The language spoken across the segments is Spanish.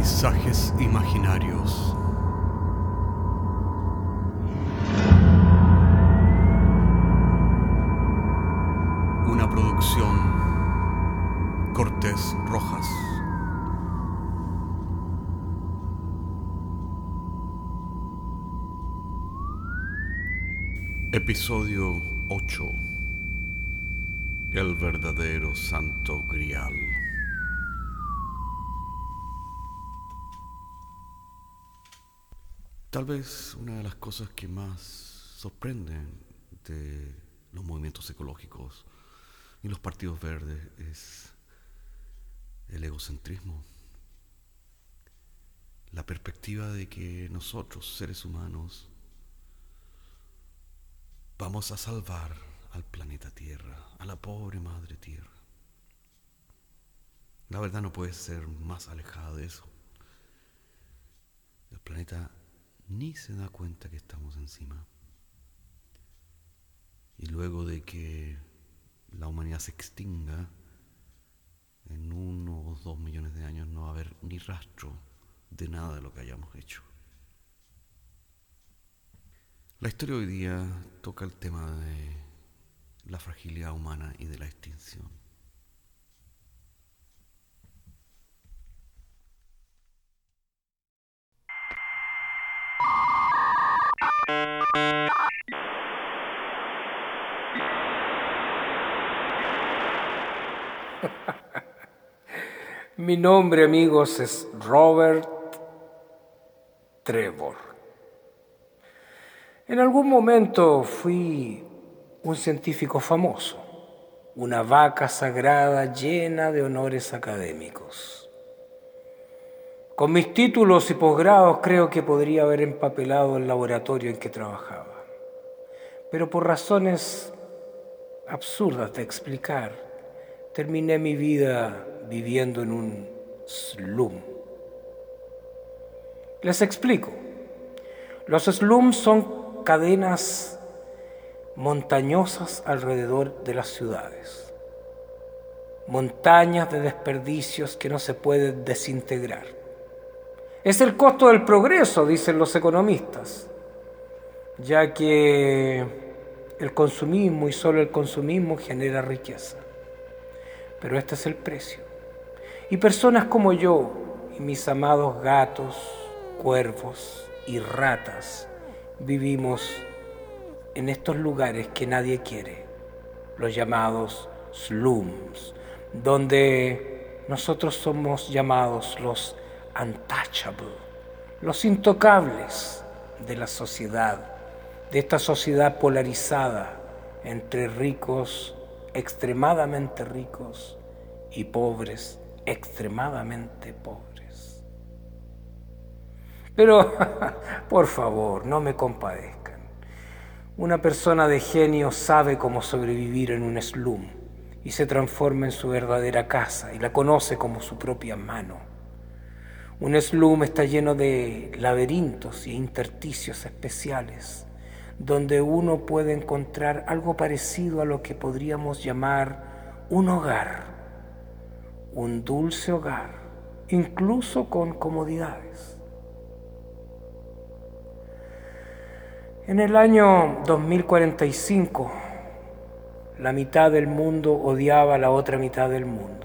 Paisajes imaginarios. Una producción Cortés Rojas. Episodio 8. El verdadero Santo Grial. Tal vez una de las cosas que más sorprenden de los movimientos ecológicos y los partidos verdes es el egocentrismo. La perspectiva de que nosotros, seres humanos, vamos a salvar al planeta Tierra, a la pobre madre Tierra. La verdad no puede ser más alejada de eso. El planeta ni se da cuenta que estamos encima. Y luego de que la humanidad se extinga, en 1 o 2 millones de años no va a haber ni rastro de nada de lo que hayamos hecho. La historia hoy día toca el tema de la fragilidad humana y de la extinción. Mi nombre, amigos, es Robert Trevor. En algún momento fui un científico famoso, una vaca sagrada llena de honores académicos. Con mis títulos y posgrados creo que podría haber empapelado el laboratorio en que trabajaba. Pero por razones absurdas de explicar, terminé mi vida viviendo en un slum. Les explico. Los slums son cadenas montañosas alrededor de las ciudades. Montañas de desperdicios que no se pueden desintegrar. Es el costo del progreso, dicen los economistas, ya que el consumismo y solo el consumismo genera riqueza. Pero este es el precio. Y personas como yo y mis amados gatos, cuervos y ratas vivimos en estos lugares que nadie quiere, los llamados slums, donde nosotros somos llamados los untouchables, los intocables de la sociedad, de esta sociedad polarizada entre ricos, extremadamente ricos, y pobres, extremadamente pobres. Pero, por favor, no me compadezcan. Una persona de genio sabe cómo sobrevivir en un slum y se transforma en su verdadera casa y la conoce como su propia mano. Un slum está lleno de laberintos y intersticios especiales, donde uno puede encontrar algo parecido a lo que podríamos llamar un hogar, un dulce hogar, incluso con comodidades. En el año 2045, la mitad del mundo odiaba a la otra mitad del mundo.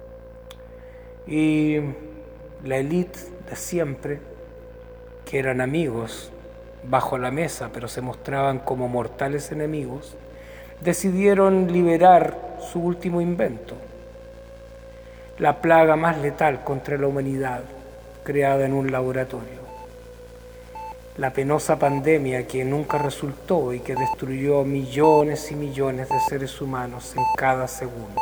Y la élite de siempre, que eran amigos bajo la mesa, pero se mostraban como mortales enemigos, decidieron liberar su último invento, la plaga más letal contra la humanidad, creada en un laboratorio. La penosa pandemia que nunca resultó y que destruyó millones y millones de seres humanos en cada segundo.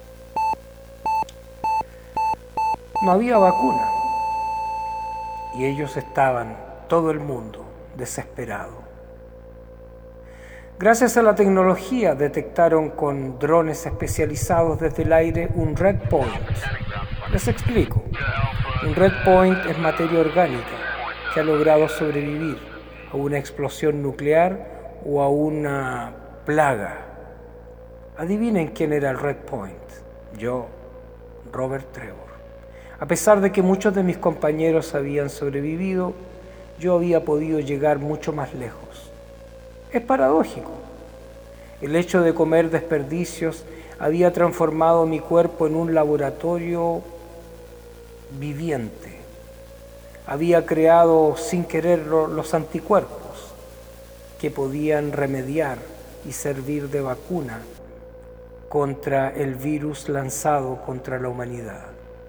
No había vacuna y ellos estaban, todo el mundo, desesperado. Gracias a la tecnología detectaron con drones especializados desde el aire un red point. Les explico. Un red point es materia orgánica que ha logrado sobrevivir a una explosión nuclear o a una plaga. Adivinen quién era el red point. Yo, Robert Trevor. A pesar de que muchos de mis compañeros habían sobrevivido, yo había podido llegar mucho más lejos. Es paradójico. El hecho de comer desperdicios había transformado mi cuerpo en un laboratorio viviente. Había creado sin quererlo los anticuerpos que podían remediar y servir de vacuna contra el virus lanzado contra la humanidad.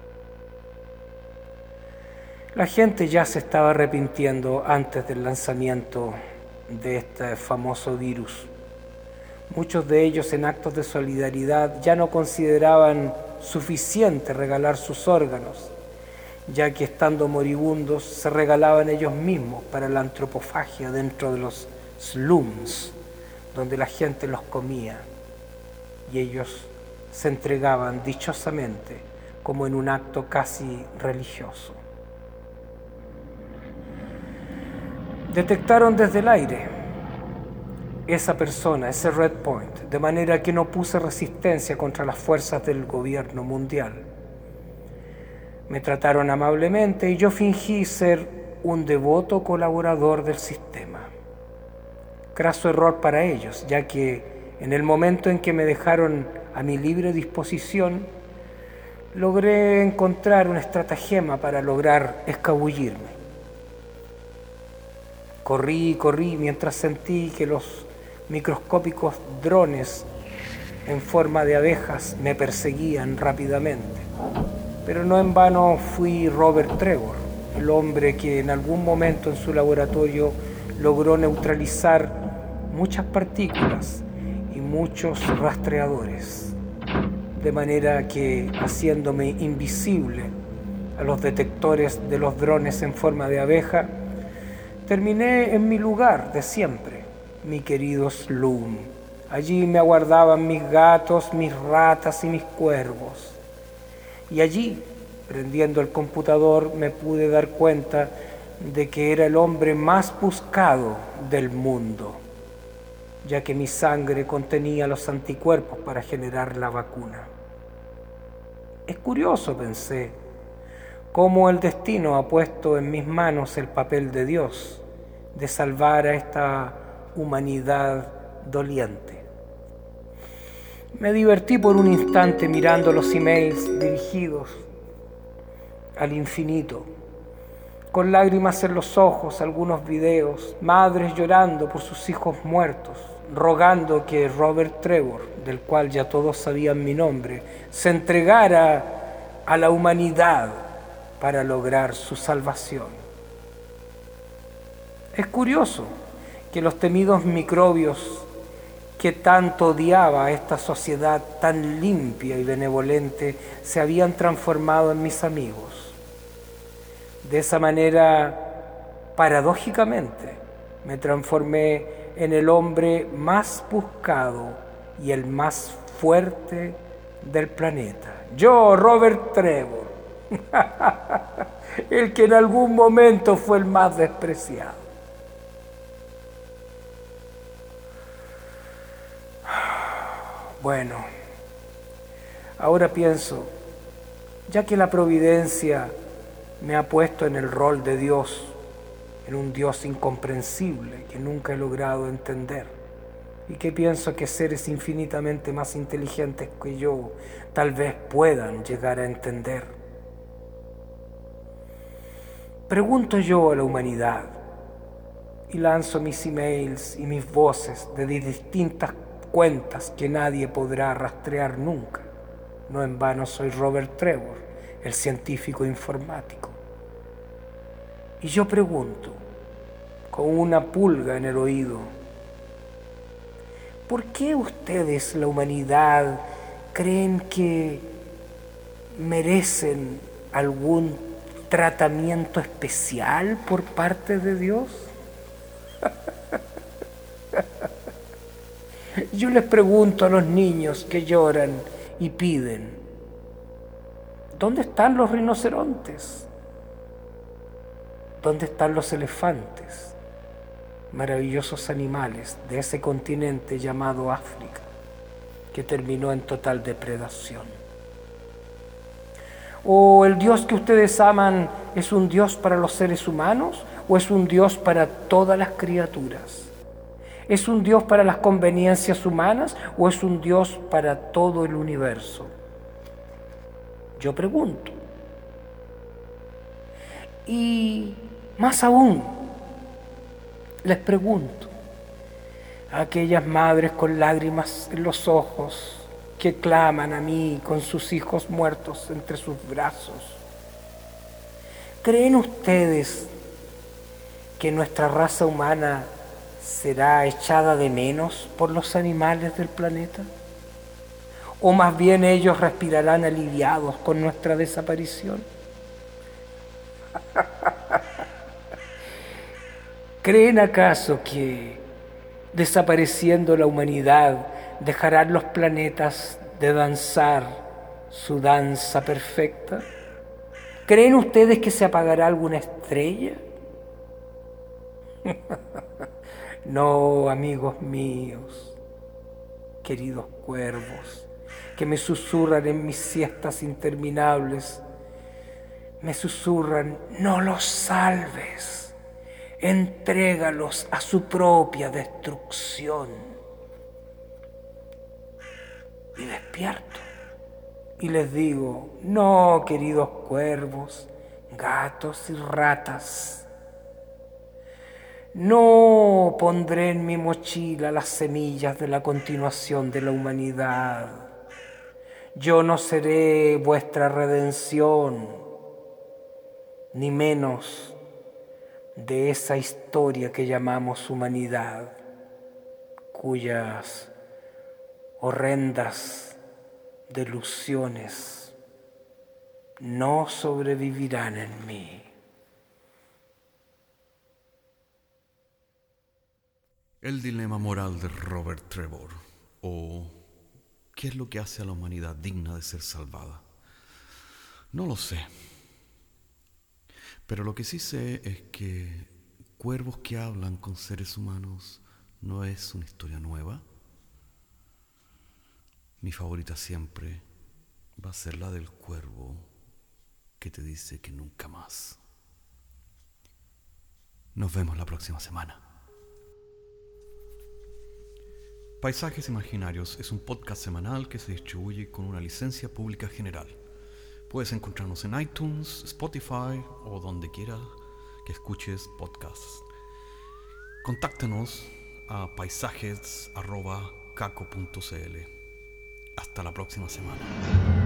La gente ya se estaba arrepintiendo antes del lanzamiento de este famoso virus. Muchos de ellos, en actos de solidaridad, ya no consideraban suficiente regalar sus órganos, ya que estando moribundos se regalaban ellos mismos para la antropofagia dentro de los slums, donde la gente los comía, y ellos se entregaban dichosamente como en un acto casi religioso. Detectaron desde el aire esa persona, ese Red Point, de manera que no puse resistencia contra las fuerzas del gobierno mundial. Me trataron amablemente y yo fingí ser un devoto colaborador del sistema. Craso error para ellos, ya que en el momento en que me dejaron a mi libre disposición, logré encontrar una estratagema para lograr escabullirme. Corrí mientras sentí que los microscópicos drones en forma de abejas me perseguían rápidamente. Pero no en vano fui Robert Trevor, el hombre que en algún momento en su laboratorio logró neutralizar muchas partículas y muchos rastreadores, de manera que, haciéndome invisible a los detectores de los drones en forma de abeja, terminé en mi lugar de siempre, mi querido Slum. Allí me aguardaban mis gatos, mis ratas y mis cuervos. Y allí, prendiendo el computador, me pude dar cuenta de que era el hombre más buscado del mundo, ya que mi sangre contenía los anticuerpos para generar la vacuna. Es curioso, pensé, cómo el destino ha puesto en mis manos el papel de Dios, de salvar a esta humanidad doliente. Me divertí por un instante mirando los emails dirigidos al infinito, con lágrimas en los ojos, algunos videos, madres llorando por sus hijos muertos, rogando que Robert Trevor, del cual ya todos sabían mi nombre, se entregara a la humanidad para lograr su salvación. Es curioso que los temidos microbios que tanto odiaba a esta sociedad tan limpia y benevolente se habían transformado en mis amigos. De esa manera, paradójicamente, me transformé en el hombre más buscado y el más fuerte del planeta. Yo, Robert Trevor, el que en algún momento fue el más despreciado. Bueno, ahora pienso, ya que la providencia me ha puesto en el rol de Dios, en un Dios incomprensible que nunca he logrado entender, y que pienso que seres infinitamente más inteligentes que yo tal vez puedan llegar a entender. Pregunto yo a la humanidad y lanzo mis emails y mis voces de distintas cuentas que nadie podrá rastrear nunca. No en vano soy Robert Trevor, el científico informático. Y yo pregunto, con una pulga en el oído, ¿por qué ustedes, la humanidad, creen que merecen algún tratamiento especial por parte de Dios? Yo les pregunto a los niños que lloran y piden, ¿dónde están los rinocerontes? ¿Dónde están los elefantes? Maravillosos animales de ese continente llamado África, que terminó en total depredación. ¿O el Dios que ustedes aman es un Dios para los seres humanos o es un Dios para todas las criaturas? ¿Es un Dios para las conveniencias humanas o es un Dios para todo el universo? Yo pregunto. Y más aún, les pregunto a aquellas madres con lágrimas en los ojos que claman a mí con sus hijos muertos entre sus brazos. ¿Creen ustedes que nuestra raza humana será echada de menos por los animales del planeta? ¿O más bien ellos respirarán aliviados con nuestra desaparición? ¿Creen acaso que desapareciendo la humanidad dejarán los planetas de danzar su danza perfecta? ¿Creen ustedes que se apagará alguna estrella? No, amigos míos, queridos cuervos, que me susurran en mis siestas interminables, me susurran: no los salves, entrégalos a su propia destrucción. Y despierto y les digo: no, queridos cuervos, gatos y ratas, no pondré en mi mochila las semillas de la continuación de la humanidad. Yo no seré vuestra redención, ni menos de esa historia que llamamos humanidad, cuyas horrendas delusiones no sobrevivirán en mí. El dilema moral de Robert Trevor, o ¿qué es lo que hace a la humanidad digna de ser salvada? No lo sé. Pero lo que sí sé es que cuervos que hablan con seres humanos no es una historia nueva. Mi favorita siempre va a ser la del cuervo que te dice que nunca más. Nos vemos la próxima semana. Paisajes Imaginarios es un podcast semanal que se distribuye con una licencia pública general. Puedes encontrarnos en iTunes, Spotify o donde quieras que escuches podcasts. Contáctanos a paisajes@caco.cl. Hasta la próxima semana.